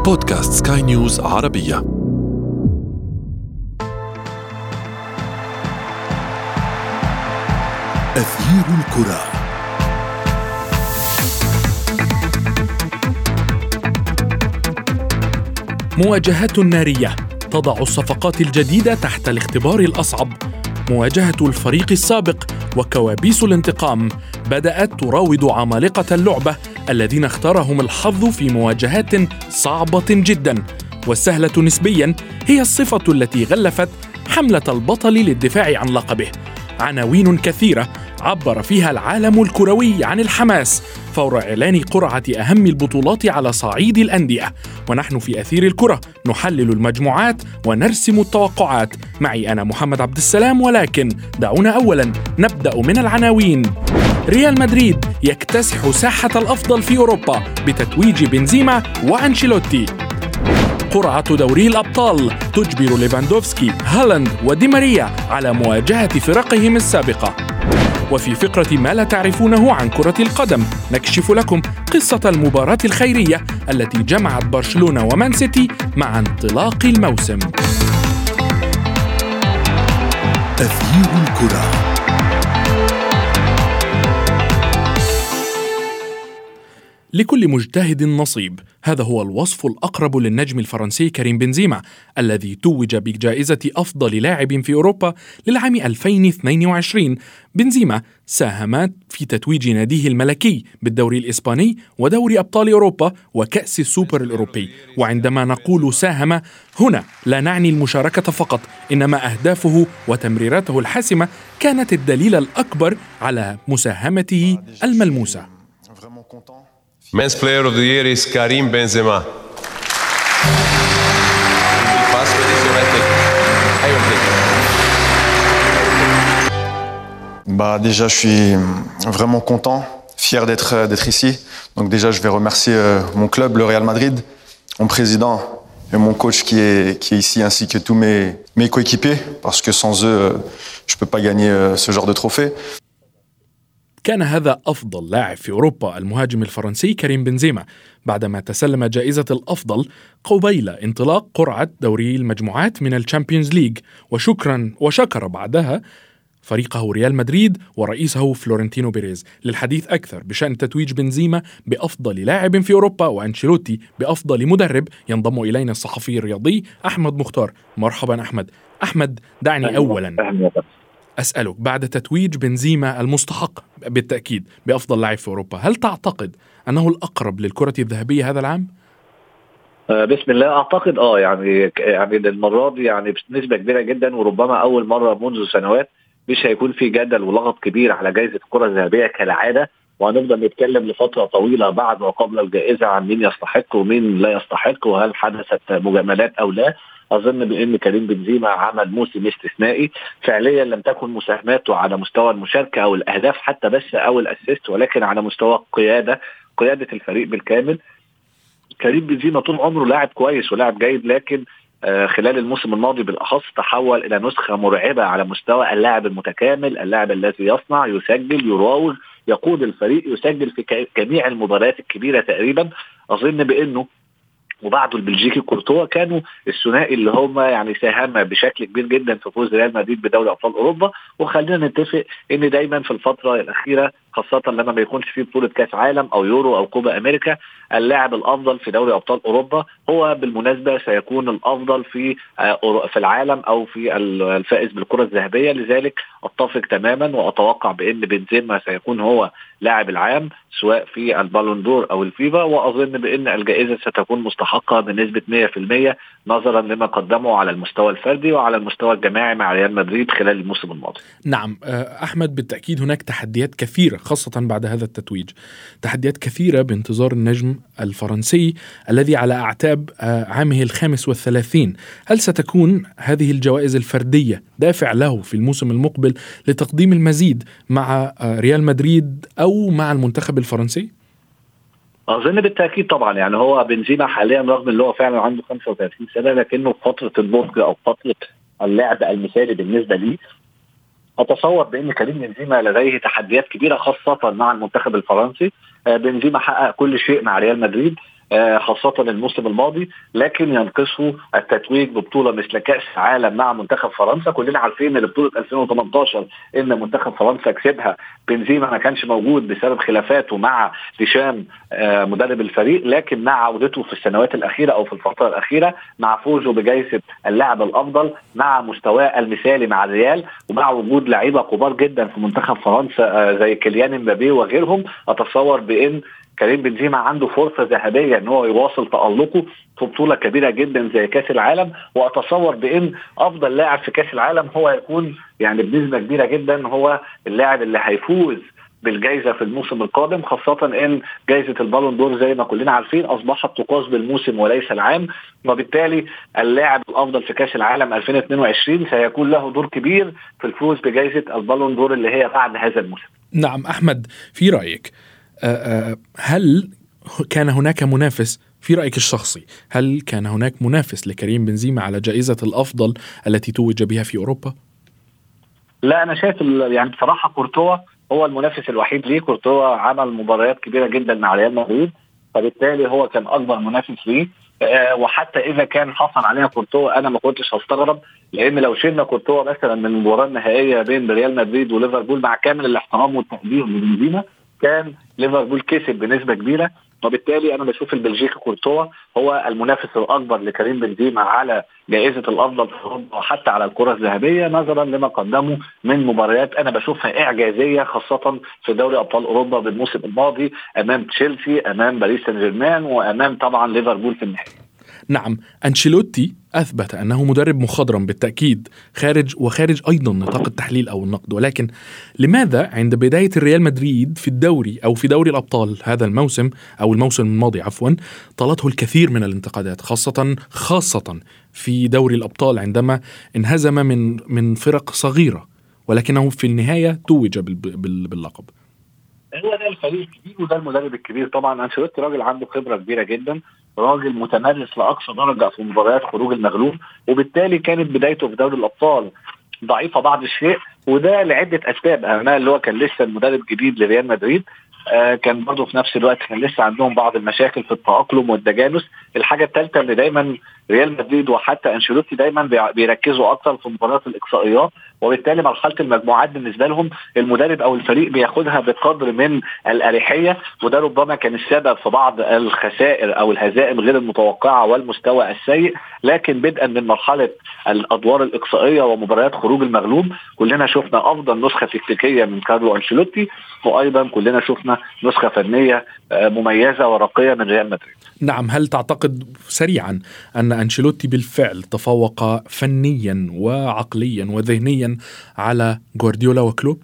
بودكاست سكاي نيوز عربية. أثير الكرة. مواجهات نارية تضع الصفقات الجديدة تحت الاختبار الأصعب. مواجهة الفريق السابق وكوابيس الانتقام بدأت تراود عمالقة اللعبة الذين اختارهم الحظ في مواجهات صعبة جدا، والسهلة نسبيا هي الصفة التي غلفت حملة البطل للدفاع عن لقبه. عناوين كثيرة عبر فيها العالم الكروي عن الحماس فور إعلان قرعة أهم البطولات على صعيد الأندية، ونحن في أثير الكرة نحلل المجموعات ونرسم التوقعات. معي أنا محمد عبد السلام، ولكن دعونا أولا نبدأ من العناوين. ريال مدريد يكتسح ساحة الأفضل في أوروبا بتتويج بنزيما وأنشيلوتي. قرعة دوري الأبطال تجبر ليفاندوفسكي، هالاند ودي ماريا على مواجهة فرقهم السابقة. وفي فقرة ما لا تعرفونه عن كرة القدم نكشف لكم قصة المباراة الخيرية التي جمعت برشلونة ومان سيتي مع انطلاق الموسم. أثير الكرة. لكل مجتهد نصيب، هذا هو الوصف الأقرب للنجم الفرنسي كريم بنزيما الذي توج بجائزة أفضل لاعب في أوروبا للعام 2022. بنزيما ساهم في تتويج ناديه الملكي بالدوري الإسباني ودوري أبطال أوروبا وكأس السوبر الأوروبي. وعندما نقول ساهم هنا لا نعني المشاركة فقط، إنما أهدافه وتمريراته الحاسمة كانت الدليل الأكبر على مساهمته الملموسة. Men's player of the year is Karim Benzema. Déjà, je suis vraiment content, fier d'être ici. Donc déjà, je vais remercier mon club, le Real Madrid, mon président et mon coach qui est ici, ainsi que tous mes coéquipiers, parce que sans eux, je peux pas gagner ce genre de trophée. كان هذا أفضل لاعب في أوروبا المهاجم الفرنسي كريم بنزيما بعدما تسلم جائزة الأفضل قبيل انطلاق قرعة دوري المجموعات من الشامبيونز ليج، وشكر بعدها فريقه ريال مدريد ورئيسه فلورنتينو بيريز. للحديث أكثر بشأن تتويج بنزيما بأفضل لاعب في أوروبا وأنشيلوتي بأفضل مدرب ينضم إلينا الصحفي الرياضي أحمد مختار. مرحبا أحمد، دعني أولا أسألك، بعد تتويج بنزيما المستحق بالتأكيد بأفضل لاعب في أوروبا، هل تعتقد أنه الأقرب للكرة الذهبية هذا العام؟ بسم الله، أعتقد يعني المرة دي يعني بنسبة كبيرة جدا، وربما أول مرة منذ سنوات مش هيكون في جدل ولغط كبير على جائزة الكرة الذهبية كالعادة، وهنفضل نتكلم لفترة طويلة بعد وقبل الجائزة عن مين يستحق ومين لا يستحق وهل حدثت مجاملات أو لا. أظن بأن كريم بنزيما عمل موسم استثنائي فعليا، لم تكن مساهماته على مستوى المشاركة أو الأهداف حتى بس أو الأسيست، ولكن على مستوى قيادة الفريق بالكامل. كريم بنزيما طول عمره لاعب كويس ولاعب جيد، لكن خلال الموسم الماضي بالأخص تحول إلى نسخة مرعبة على مستوى اللاعب المتكامل، اللاعب الذي يصنع، يسجل، يراوغ، يقود الفريق، يسجل في جميع المباريات الكبيرة تقريبا. أظن بأنه وبعده البلجيكي كورتوا كانوا الثنائي اللي هم يعني ساهم بشكل كبير جدا في فوز ريال مدريد بدوري ابطال اوروبا. وخلينا نتفق ان دايما في الفتره الاخيره، خاصه لما ما يكونش في بطوله كاس عالم او يورو او كوبا امريكا، اللاعب الافضل في دوري ابطال اوروبا هو بالمناسبه سيكون الافضل في العالم او في الفائز بالكره الذهبيه. لذلك اتفق تماما واتوقع بان بنزيما سيكون هو لاعب العام سواء في البالون دور او الفيفا، واظن بان الجائزه ستكون مستحقه بنسبه 100% نظرا لما قدمه على المستوى الفردي وعلى المستوى الجماعي مع ريال مدريد خلال الموسم الماضي. نعم أحمد، بالتأكيد هناك تحديات كثيرة خاصة بعد هذا التتويج، تحديات كثيرة بانتظار النجم الفرنسي الذي على أعتاب عامه 35. هل ستكون هذه الجوائز الفردية دافع له في الموسم المقبل لتقديم المزيد مع ريال مدريد أو مع المنتخب الفرنسي؟ أظن بالتأكيد طبعا، يعني هو بنزيما حاليا رغم اللي هو فعلا عنده 35 سنة لكنه في فترة النضج أو فترة اللعب المثالي بالنسبة لي. أتصور بأن كريم بنزيما لديه تحديات كبيرة خاصة مع المنتخب الفرنسي. بنزيما حقق كل شيء مع ريال مدريد، خاصة الموسم الماضي، لكن ينقصه التتويج ببطولة مثل كأس العالم مع منتخب فرنسا. كلنا عارفين ان بطولة 2018 ان منتخب فرنسا كسبها، بنزيما ما كانش موجود بسبب خلافاته مع ديشام مدرب الفريق، لكن مع عودته في السنوات الأخيرة أو في الفترة الأخيرة مع فوزه بجائزة اللاعب الأفضل، مع مستواه المثالي مع الريال، ومع وجود لعيبة كبار جدا في منتخب فرنسا زي كيليان امبابي وغيرهم، أتصور بأن كريم بنزيما عنده فرصة ذهبية ان هو يواصل تألقه في بطولة كبيرة جدا زي كأس العالم. واتصور بان افضل لاعب في كأس العالم هو يكون يعني بنسبة كبيرة جدا هو اللاعب اللي هيفوز بالجائزة في الموسم القادم، خاصة ان جائزة البالون دور زي ما كلنا عارفين اصبحت تقاس بالموسم وليس العام، وبالتالي اللاعب الافضل في كأس العالم 2022 سيكون له دور كبير في الفوز بجائزة البالون دور اللي هي بعد هذا الموسم. نعم أحمد، في رأيك هل كان هناك منافس في رأيك الشخصي؟ هل كان هناك منافس لكريم بنزيما على جائزة الأفضل التي توج بها في أوروبا؟ لا، أنا شايف يعني بصراحة كورتوا هو المنافس الوحيد ليه. كورتوا عمل مباريات كبيرة جدا مع ريال مدريد، فبالتالي هو كان أكبر منافس ليه. وحتى إذا كان حصل عليها كورتوا أنا ما كنتش هستغرب، لأن لو شلنا كورتوا مثلا من المباراة النهائية بين ريال مدريد وليفربول مع كامل الاحترام والتقدير لبنزيما كان ليفربول كسب بنسبة كبيرة. وبالتالي أنا بشوف البلجيكي كورتوا هو المنافس الأكبر لكريم بنزيما على جائزة الأفضل في أوروبا وحتى على الكرة الذهبية، نظرا لما قدمه من مباريات أنا بشوفها إعجازية، خاصة في دوري أبطال أوروبا بالموسم الماضي أمام تشيلسي، أمام باريس سان جيرمان، وأمام طبعا ليفربول في النهاية. نعم، أنشيلوتي أثبت أنه مدرب مخضرم بالتأكيد خارج أيضا نطاق التحليل أو النقد، ولكن لماذا عند بداية الريال مدريد في الدوري أو في دوري الأبطال هذا الموسم أو الموسم الماضي طالته الكثير من الانتقادات، خاصة في دوري الأبطال عندما انهزم من فرق صغيرة، ولكنه في النهاية توج باللقب؟ هو ده الفريق الكبير وده المدرب الكبير. طبعا أنشيلوتي راجل عنده خبرة كبيرة جدا، راجل متمرس لأقصى درجة في مباريات خروج المغلوب، وبالتالي كانت بدايته في دوري الأبطال ضعيفة بعض الشيء، وده لعدة أسباب. أهمها اللي هو كان لسه المدرب جديد لريال مدريد، كان برضه في نفس الوقت كان لسه عندهم بعض المشاكل في التأقلم والتجانس. الحاجة الثالثة اللي دايما ريال مدريد وحتى أنشيلوتي دايما بيركزوا أكثر في مباريات الإقصائيات، وبالتالي مرحلة المجموعات بالنسبة لهم المدرب أو الفريق بياخدها بقدر من الأريحية، وده ربما كان السبب في بعض الخسائر أو الهزائم غير المتوقعة والمستوى السيء. لكن بدءا من مرحلة الأدوار الإقصائية ومباريات خروج المغلوب كلنا شفنا أفضل نسخة تكتيكية من كارلو أنشيلوتي، وأيضا كلنا شفنا نسخة فنية مميزة ورقية من ريال مدريد. نعم، هل تعتقد سريعا أن أنشيلوتي بالفعل تفوق فنيا وعقليا وذهنيا على غوارديولا وكلوب؟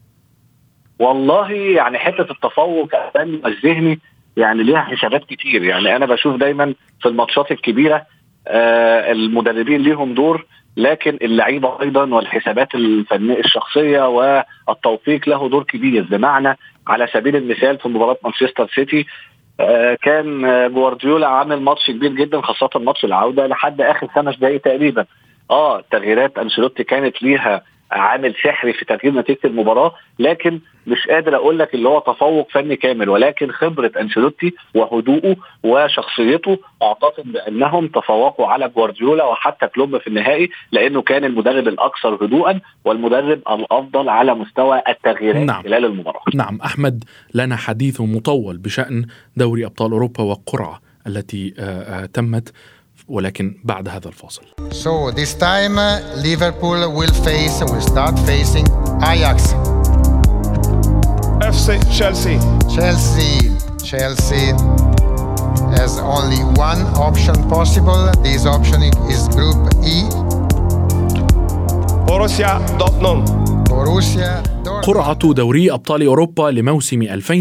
والله يعني حتة التفوق الفني والذهني يعني ليها حسابات كتير. يعني أنا بشوف دايما في الماتشات الكبيرة المدربين ليهم دور، لكن اللعيبة أيضا والحسابات الفنية الشخصية والتوفيق له دور كبير. بمعنى على سبيل المثال في مباراة مانشستر سيتي كان غوارديولا عامل ماتش كبير جدا، خاصة ماتش العودة لحد آخر 5 دقائق تقريبا. تغييرات أنشيلوتي كانت ليها عامل سحري في تغيير نتيجة المباراة، لكن مش قادر أقول لك اللي هو تفوق فني كامل، ولكن خبرة أنشيلوتي وهدوءه وشخصيته أعتقد بأنهم تفوقوا على غوارديولا وحتى كلوب في النهائي، لأنه كان المدرب الأكثر هدوءا والمدرب الأفضل على مستوى التغييرات خلال المباراة. نعم أحمد، لنا حديث مطول بشأن دوري أبطال أوروبا والقرعة التي تمت، ولكن بعد هذا الفاصل. So this time Liverpool will start facing Ajax. FC Chelsea. Chelsea has only one option possible. This option is Group E. Borussia Dortmund. قرعة دوري أبطال أوروبا لموسم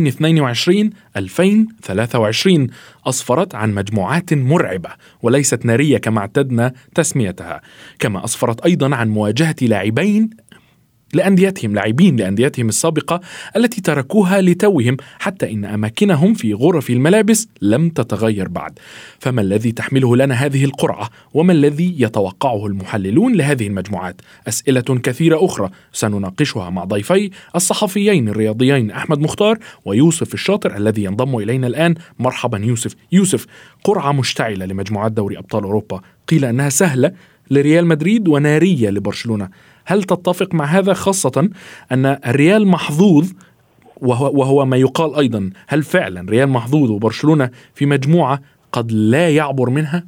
2022-2023 أسفرت عن مجموعات مرعبة وليست نارية كما اعتدنا تسميتها، كما أسفرت أيضا عن مواجهة لاعبين لأنديتهم، لاعبين لأنديتهم السابقة التي تركوها لتوهم، حتى إن أماكنهم في غرف الملابس لم تتغير بعد. فما الذي تحمله لنا هذه القرعة؟ وما الذي يتوقعه المحللون لهذه المجموعات؟ أسئلة كثيرة أخرى سنناقشها مع ضيفي الصحفيين الرياضيين أحمد مختار ويوسف الشاطر الذي ينضم إلينا الآن. مرحبا يوسف. قرعة مشتعلة لمجموعات دوري أبطال أوروبا، قيل أنها سهلة لريال مدريد ونارية لبرشلونة. هل تتفق مع هذا، خاصة أن الريال محظوظ وهو ما يقال أيضا؟ هل فعلا ريال محظوظ وبرشلونة في مجموعة قد لا يعبر منها؟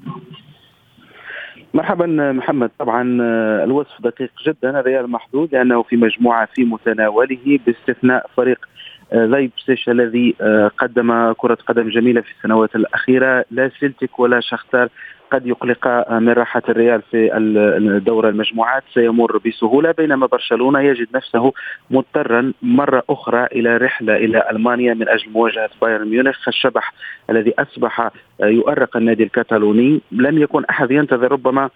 مرحبا محمد. طبعا الوصف دقيق جدا، الريال محظوظ لأنه في مجموعة في متناوله باستثناء فريق لايبزيغ الذي قدم كرة قدم جميلة في السنوات الأخيرة. لا سيلتيك ولا شختار قد يقلق من راحة الريال في الدورة المجموعات، سيمر بسهولة، بينما برشلونة يجد نفسه مضطرا مرة أخرى إلى رحلة إلى ألمانيا من أجل مواجهة بايرن ميونخ، الشبح الذي أصبح يؤرق النادي الكتالوني. لم يكن أحد ينتظر ربما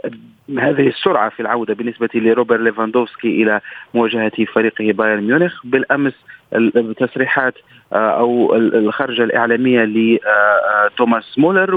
هذه السرعة في العودة بالنسبة لروبرت ليفاندوفسكي إلى مواجهة فريقه بايرن ميونخ. بالأمس التصريحات أو الخرجة الإعلامية لتوماس مولر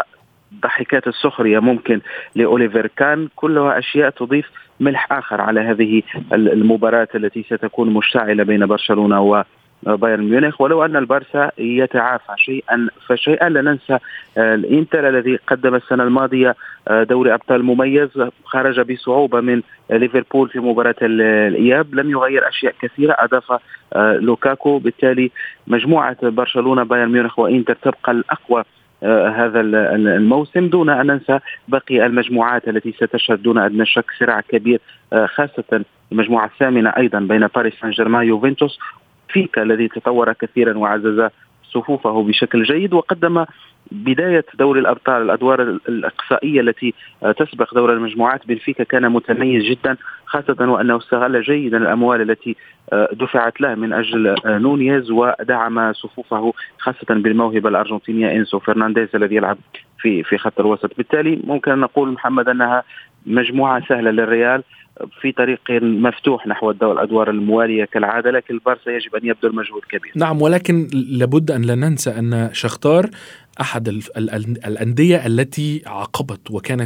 وضحكات السخرية ممكن لأوليفر كان، كلها أشياء تضيف ملح آخر على هذه المباراة التي ستكون مشتعلة بين برشلونة وبايرن ميونخ. ولو أن البارسا يتعافى شيئا فشيئا، لا ننسى الإنتر الذي قدم السنة الماضية دوري أبطال مميز، خرج بصعوبة من ليفربول في مباراة الإياب، لم يغير أشياء كثيرة، أضاف لوكاكو. بالتالي مجموعة برشلونة بايرن ميونخ وإنتر تبقى الأقوى هذا الموسم، دون أن ننسى باقي المجموعات التي ستشهد دون أدنى شك صراع كبير، خاصة المجموعة الثامنة أيضا بين باريس سان جيرمان يوفنتوس، فيكا الذي تطور كثيرا وعزز صفوفه بشكل جيد وقدم بداية دوري الأبطال الأدوار الإقصائية التي تسبق دور المجموعات. بنفيكا كان متميز جدا، خاصة وأنه استغل جيدا الأموال التي دفعت له من أجل نونيز ودعم صفوفه خاصة بالموهبة الأرجنتينية إنسو فرنانديز الذي يلعب في خط الوسط. بالتالي ممكن نقول محمد أنها مجموعة سهلة للريال في طريق مفتوح نحو الأدوار الموالية كالعادة، لكن البارسا يجب أن يبذل مجهود كبير. نعم، ولكن لابد أن لا ننسى أن شختار أحد الأندية التي عاقبت وكانت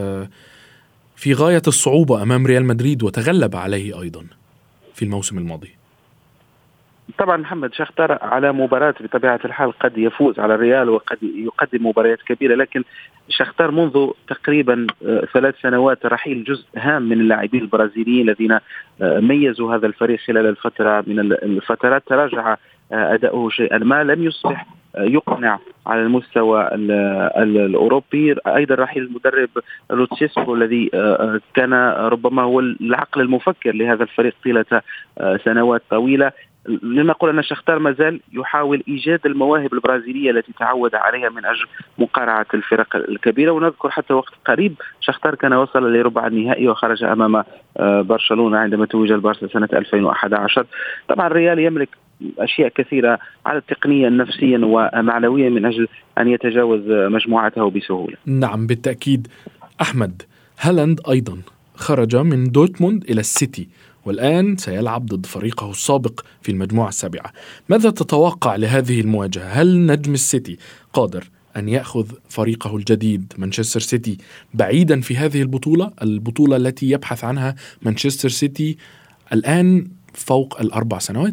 في غاية الصعوبة أمام ريال مدريد وتغلب عليه أيضا في الموسم الماضي. طبعا محمد، شختار على مباراة بطبيعة الحال قد يفوز على الريال وقد يقدم مباريات كبيرة، لكن شختار منذ تقريبا 3 سنوات رحيل جزء هام من اللاعبين البرازيليين الذين ميزوا هذا الفريق خلال الفترة من الفترات. تراجع أداؤه شيئا ما، لم يصبح يقنع على المستوى الأوروبي. أيضا رحيل المدرب لوتشيسكو الذي كان ربما هو العقل المفكر لهذا الفريق طيلة سنوات طويلة. لنقول أن شختار مازال يحاول إيجاد المواهب البرازيلية التي تعود عليها من أجل مقارعة الفرق الكبيرة. ونذكر حتى وقت قريب شختار كان وصل لربع النهائي وخرج أمام برشلونة عندما توج البارسا سنة 2011. طبعا الريال يملك أشياء كثيرة على التقنية نفسيا ومعنويا من أجل أن يتجاوز مجموعته بسهولة. نعم بالتأكيد. أحمد، هالاند أيضا خرج من دورتموند إلى السيتي والآن سيلعب ضد فريقه السابق في المجموعة السابعة. ماذا تتوقع لهذه المواجهة؟ هل نجم السيتي قادر أن يأخذ فريقه الجديد مانشستر سيتي بعيدا في هذه البطولة التي يبحث عنها مانشستر سيتي الآن فوق 4 سنوات؟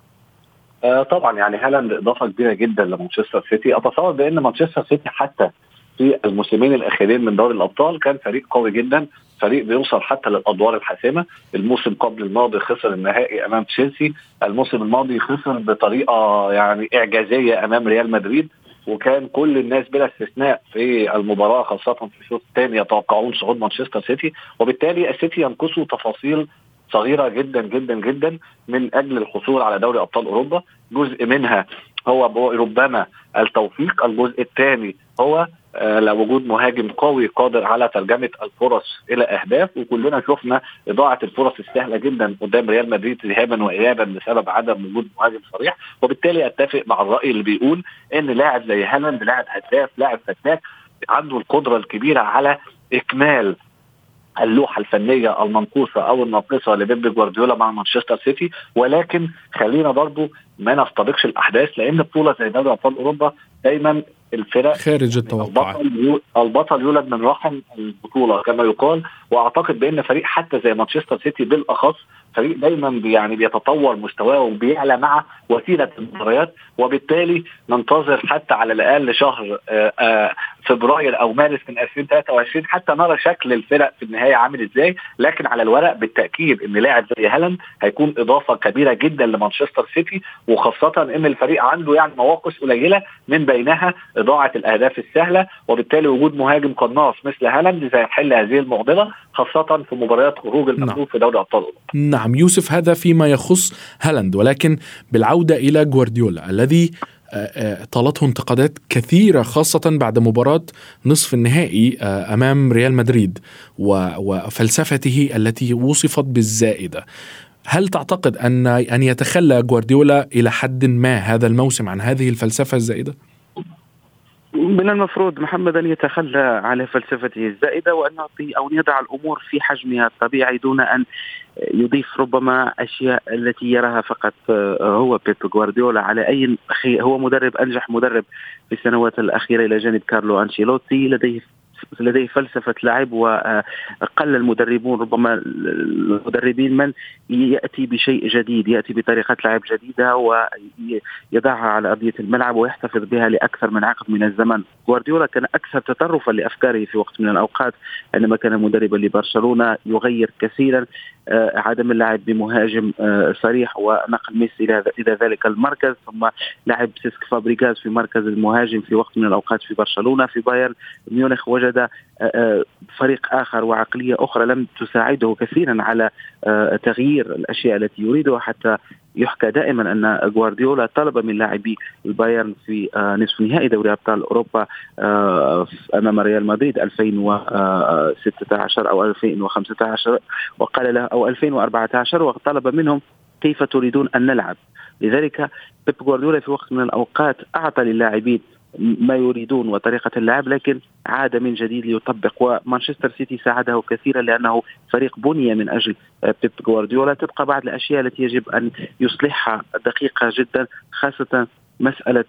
طبعا يعني هالاند إضافة كبيرة جدا لمانشستر سيتي. أتصور بأن مانشستر سيتي حتى في الموسمين الأخيرين من دوري الأبطال كان فريق قوي جدا، فريق بيوصل حتى للأدوار الحاسمة. الموسم قبل الماضي خسر النهائي أمام تشيلسي، الموسم الماضي خسر بطريقة يعني إعجازية أمام ريال مدريد، وكان كل الناس بلا استثناء في المباراة خاصة في الشوط الثاني يتوقعون صعود مانشستر سيتي، وبالتالي السيتي ينقصه تفاصيل صغيرة جدا جدا جدا من أجل الحصول على دوري أبطال أوروبا. جزء منها هو ربما التوفيق، الجزء الثاني هو وجود مهاجم قوي قادر على ترجمة الفرص إلى أهداف، وكلنا شفنا إضاعة الفرص السهلة جدا قدام ريال مدريد ذهابا وإيابا بسبب عدم وجود مهاجم صريح. وبالتالي أتفق مع الرأي اللي بيقول إن لاعب زي هالاند لاعب هداف، لاعب فتاك، عنده القدرة الكبيرة على إكمال اللوحة الفنية المنقوصة أو الناقصة لبيب جوارديولا مع مانشستر سيتي، ولكن خلينا برضو ما نستبقش الأحداث، لأن بطولة زي دوري أبطال أوروبا دايما الفرق خارج التوقعات. البطل يولد من رحم البطولة كما يقال. وأعتقد بأن فريق حتى زي مانشستر سيتي بالأخص فريق دايما يعني بيتطور مستواه وبيعلى مع وتيرة المباريات، وبالتالي ننتظر حتى على الأقل شهر فبراير أو مارس من 2023 حتى نرى شكل الفرق في النهاية عامل إزاي. لكن على الورق بالتأكيد إن لاعب زي هالاند هيكون إضافة كبيرة جدا لمانشستر سيتي، وخاصة إن الفريق عنده يعني مواقف قليلة من بينها إضاعة الأهداف السهلة، وبالتالي وجود مهاجم قناص مثل هالاند زي يحل هذه المعضلة خاصة في مباريات خروج المغلوب في دوري أبطال أوروبا. نعم يوسف، هذا فيما يخص هالاند، ولكن بالعودة إلى جوارديولا الذي طالته انتقادات كثيرة خاصة بعد مباراة نصف النهائي أمام ريال مدريد وفلسفته التي وصفت بالزائدة. هل تعتقد أن يتخلى جوارديولا إلى حد ما هذا الموسم عن هذه الفلسفة الزائدة؟ من المفروض محمد أن يتخلى على فلسفته الزائدة وأن يعطي أو يضع الأمور في حجمها الطبيعي دون أن يضيف ربما أشياء التي يراها فقط هو بيب جوارديولا. على أي هو مدرب أنجح مدرب في السنوات الأخيرة إلى جانب كارلو أنشيلوتي، لديه فلسفة لعب، وقل المدربون ربما المدربين من يأتي بشيء جديد، يأتي بطريقة لعب جديدة ويضعها على أرضية الملعب ويحتفظ بها لأكثر من عقد من الزمن. جوارديولا كان أكثر تطرفا لأفكاره في وقت من الأوقات عندما كان مدربا لبرشلونة، يغير كثيرا، عدم اللعب بمهاجم صريح ونقل ميسي إلى ذلك المركز، ثم لعب سيسك فابريغاس في مركز المهاجم في وقت من الأوقات في برشلونة. في بايرن ميونخ وجد فريق آخر وعقلية أخرى لم تساعده كثيرا على تغيير الأشياء التي يريدها، حتى يحكى دائما أن جوارديولا طلب من لاعبي البايرن في نصف نهائي دوري أبطال أوروبا أمام ريال مدريد 2016 أو 2015 وقال له أو 2014 وطلب منهم كيف تريدون أن نلعب. لذلك بيب جوارديولا في وقت من الأوقات أعطى للاعبين ما يريدون وطريقة اللعب، لكن عاد من جديد ليطبق. ومانشستر سيتي ساعده كثيرا لأنه فريق بني من أجل بيب جوارديولا. تبقى بعض الأشياء التي يجب أن يصلحها دقيقة جدا، خاصة مسألة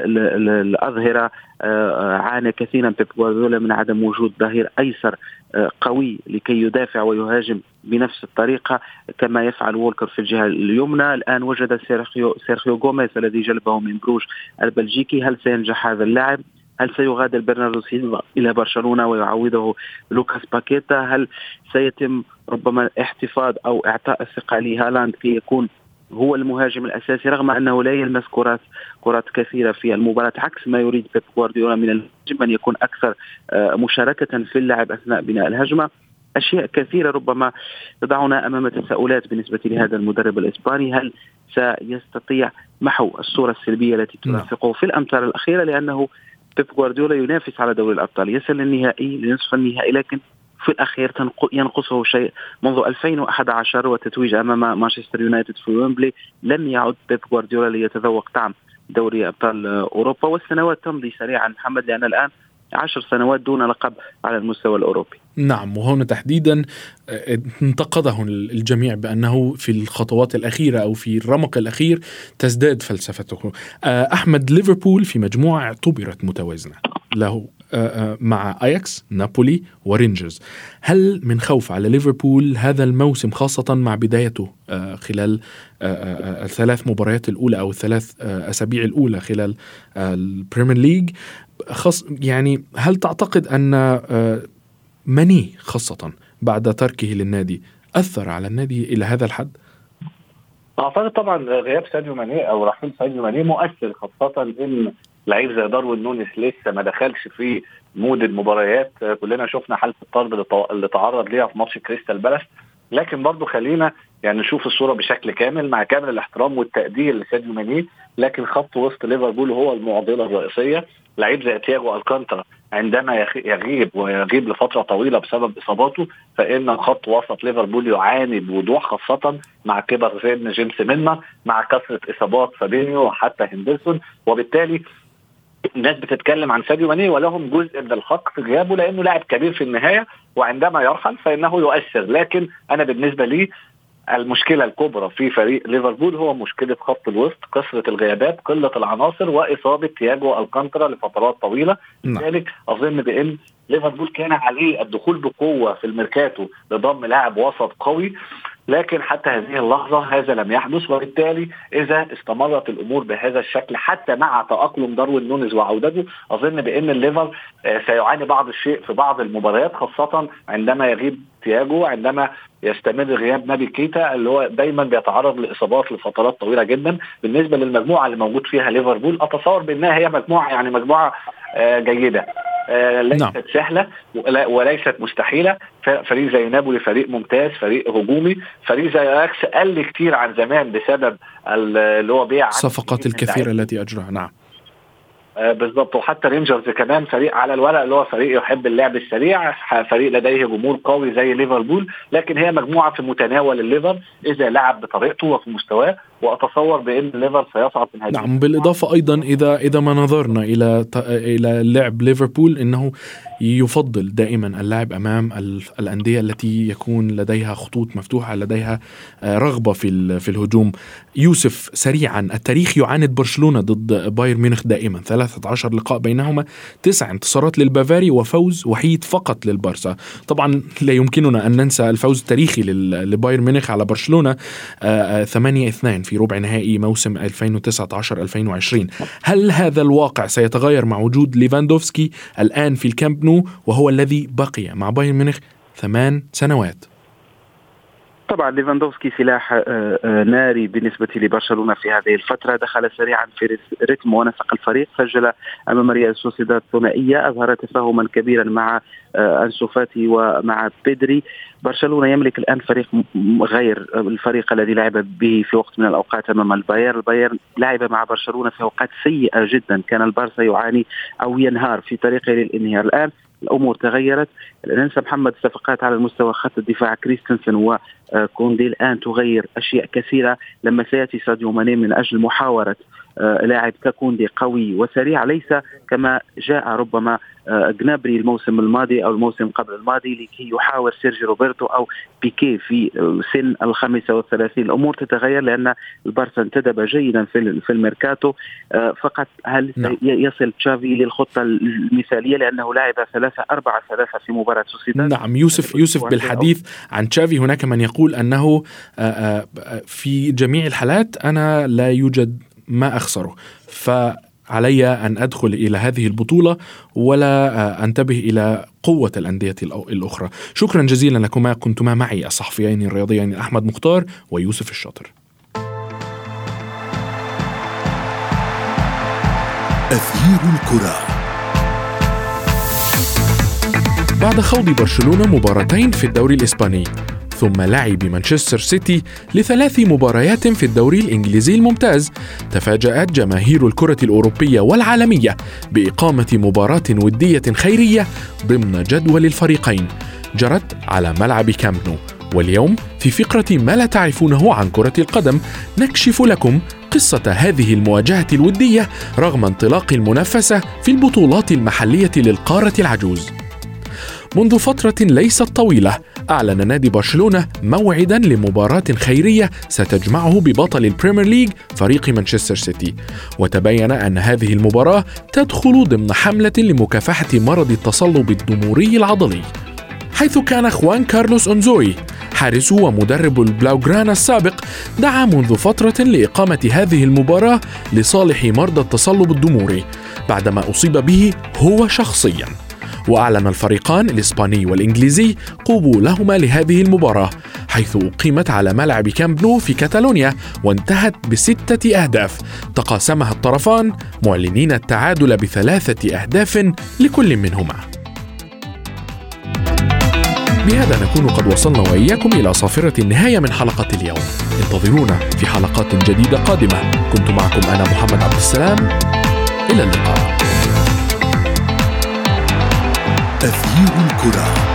الأظهرة. عانى كثيرا بيب جوارديولا من عدم وجود ظهير أيسر قوي لكي يدافع ويهاجم بنفس الطريقة كما يفعل وولكر في الجهة اليمنى. الآن وجد سيرخيو غوميز الذي جلبه من بروج البلجيكي. هل سينجح هذا اللاعب؟ هل سيغادر برناردو سيلفا إلى برشلونة ويعوضه لوكاس باكيتا؟ هل سيتم ربما احتفاظ أو إعطاء الثقة لهالاند كي يكون هو المهاجم الأساسي رغم أنه لا يلمس كرات كثيرة في المباراة، عكس ما يريد بيب جوارديولا من المهاجم أن يكون أكثر مشاركة في اللعب أثناء بناء الهجمة. أشياء كثيرة ربما تضعنا أمام تساؤلات بالنسبة لهذا المدرب الإسباني. هل سيستطيع محو الصورة السلبية التي ترافقه في الأمتار الأخيرة؟ لأنه بيب جوارديولا ينافس على دوري الأبطال، يصل للنهائي لنصف النهائي، لكن في الأخير ينقصه شيء. منذ 2011 والتتويج أمام مانشستر يونايتد في ويمبلي لم يعد بيب جوارديولا ليتذوق طعم دوري أبطال أوروبا. والسنوات تمضي سريعا محمد، لأن الآن 10 سنوات دون لقب على المستوى الأوروبي. نعم، وهنا تحديدا انتقده الجميع بأنه في الخطوات الأخيرة أو في الرمق الأخير تزداد فلسفته. أحمد، ليفربول في مجموعة اعتبرت متوازنة له مع أياكس، نابولي ورينجرز. هل من خوف على ليفربول هذا الموسم خاصة مع بدايته خلال الثلاث مباريات الأولى أو الثلاث أسابيع الأولى خلال البريمير ليج؟ يعني هل تعتقد أن ماني خاصة بعد تركه للنادي أثر على النادي إلى هذا الحد؟ أعتقد طبعا غياب ساديو ماني أو رحيل ساديو ماني مؤثر، خاصة إن لعيب زي داروين نونيز لسه ما دخلش في مود المباريات. كلنا شفنا حالة الطرد اللي تعرض ليها في ماتش كريستال بالاس، لكن برضو خلينا يعني نشوف الصورة بشكل كامل مع كامل الاحترام والتقدير لساديو ماني. لكن خط وسط ليفربول هو المعضلة الرئيسية. لعيب زي تياغو الكانتارا عندما يغيب لفترة طويلة بسبب إصاباته، فإن خط وسط ليفربول يعاني بوضوح، خاصة مع كبر سن جيمس ميلنر، مع كثرة إصابات فابينيو وحتى هندرسون. وبالتالي الناس بتتكلم عن ساديو ماني ولهم جزء من الحق في غيابه لأنه لاعب كبير في النهاية، وعندما يرحل فإنه يؤثر. لكن أنا بالنسبة لي المشكلة الكبرى في فريق ليفربول هو مشكلة خط الوسط، كثرة الغيابات، قلة العناصر، وإصابة تياجو الكانترا لفترات طويلة. لذلك أظن بأن ليفربول كان عليه الدخول بقوة في الميركاتو لضم لاعب وسط قوي، لكن حتى هذه اللحظة هذا لم يحدث. وبالتالي إذا استمرت الأمور بهذا الشكل حتى مع تأقلم داروين نونيز وعودته، أظن بأن الليفر سيعاني بعض الشيء في بعض المباريات، خاصة عندما يغيب تياجو، عندما يستمر غياب نبي كيتا اللي هو دايما بيتعرض لإصابات لفترات طويلة جدا. بالنسبة للمجموعة اللي موجود فيها ليفربول أتصور بأنها هي مجموعة جيدة، ليست سهلة وليست مستحيلة. فريق زي نابولي فريق ممتاز، فريق هجومي، فريق زي اياكس قل كتير عن زمان بسبب اللي هو بيع الصفقات الكثيرة التي أجراها. نعم بالضبط. وحتى رينجرز كمان فريق على الورق اللي هو فريق يحب اللعب السريع، فريق لديه جمهور قوي زي ليفربول، لكن هي مجموعة في متناول الليفر إذا لعب بطريقته وفي مستواه، وأتصور بأن الليفر سيصعد من هذه. نعم بالإضافة أيضا إذا ما نظرنا إلى لعب ليفربول إنه يفضل دائما اللعب أمام الأندية التي يكون لديها خطوط مفتوحة، لديها رغبة في الهجوم. يوسف سريعا، التاريخ يعاند برشلونة ضد بايرن ميونخ دائما، 13 لقاء بينهما، 9 انتصارات للبافاري وفوز وحيد فقط للبارسا. طبعا لا يمكننا أن ننسى الفوز التاريخي لبايرن ميونخ على برشلونة 8-2 في ربع نهائي موسم 2019-2020. هل هذا الواقع سيتغير مع وجود ليفاندوفسكي الآن في الكامب نو وهو الذي بقي مع بايرن ميونخ 8 سنوات؟ طبعا ليفاندوفسكي سلاح ناري بالنسبة لبرشلونة في هذه الفترة، دخل سريعا في رتم ونسق الفريق، سجل أمام ريال سوسيداد ثنائية، أظهر تفاهما كبيرا مع أنسو فاتي ومع بيدري. برشلونة يملك الآن فريق غير الفريق الذي لعب به في وقت من الأوقات أمام البايرن لعب مع برشلونة في أوقات سيئة جدا، كان البارسا يعاني أو ينهار في طريقه للانهيار. الآن الأمور تغيرت. ننسى محمد صفقات على المستوى خط الدفاع كريستنسن وكوندي الآن تغير أشياء كثيرة، لما سيأتي ساديو ماني من أجل محاورة لاعب ككوندي قوي وسريع، ليس كما جاء ربما جنابري الموسم الماضي أو الموسم قبل الماضي لكي يحاور سيرجي روبرتو أو بيكي في سن 35. الأمور تتغير لأن البارسا انتدب جيدا في الميركاتو. فقط هل يصل تشافي للخطة المثالية لأنه لعب 3-4-3 في مباراة سوسيداد؟ نعم يوسف بالحديث عن تشافي هناك من يقول أنه في جميع الحالات أنا لا يوجد ما أخسره، فعلي أن أدخل إلى هذه البطولة ولا أنتبه إلى قوة الأندية الأخرى. شكرا جزيلا لكما، كنتما معي الصحفيين الرياضيين أحمد مختار ويوسف الشاطر. أثير الكرة. بعد خوض برشلونة مباراتين في الدوري الإسباني ثم لعب مانشستر سيتي ل3 مباريات في الدوري الإنجليزي الممتاز، تفاجأت جماهير الكرة الأوروبية والعالمية بإقامة مباراة ودية خيرية ضمن جدول الفريقين جرت على ملعب كامب نو. واليوم في فقرة ما لا تعرفونه عن كرة القدم نكشف لكم قصة هذه المواجهة الودية رغم انطلاق المنافسة في البطولات المحلية للقارة العجوز. منذ فترة ليست طويلة أعلن نادي برشلونة موعدا لمباراة خيرية ستجمعه ببطل البريمير ليج فريق مانشستر سيتي، وتبين أن هذه المباراة تدخل ضمن حملة لمكافحة مرض التصلب الضموري العضلي، حيث كان خوان كارلوس أونزوي حارس ومدرب البلاوغرانا السابق دعا منذ فترة لإقامة هذه المباراة لصالح مرضى التصلب الضموري بعدما أصيب به هو شخصياً. وأعلن الفريقان الإسباني والإنجليزي قبولهما لهذه المباراة، حيث أقيمت على ملعب كامب نو في كاتالونيا وانتهت ب6 أهداف تقاسمها الطرفان معلنين التعادل ب3 أهداف لكل منهما. بهذا نكون قد وصلنا وإياكم إلى صافرة النهاية من حلقة اليوم. انتظرونا في حلقات جديدة قادمة. كنت معكم أنا محمد عبد السلام، إلى اللقاء. أثير الكرة.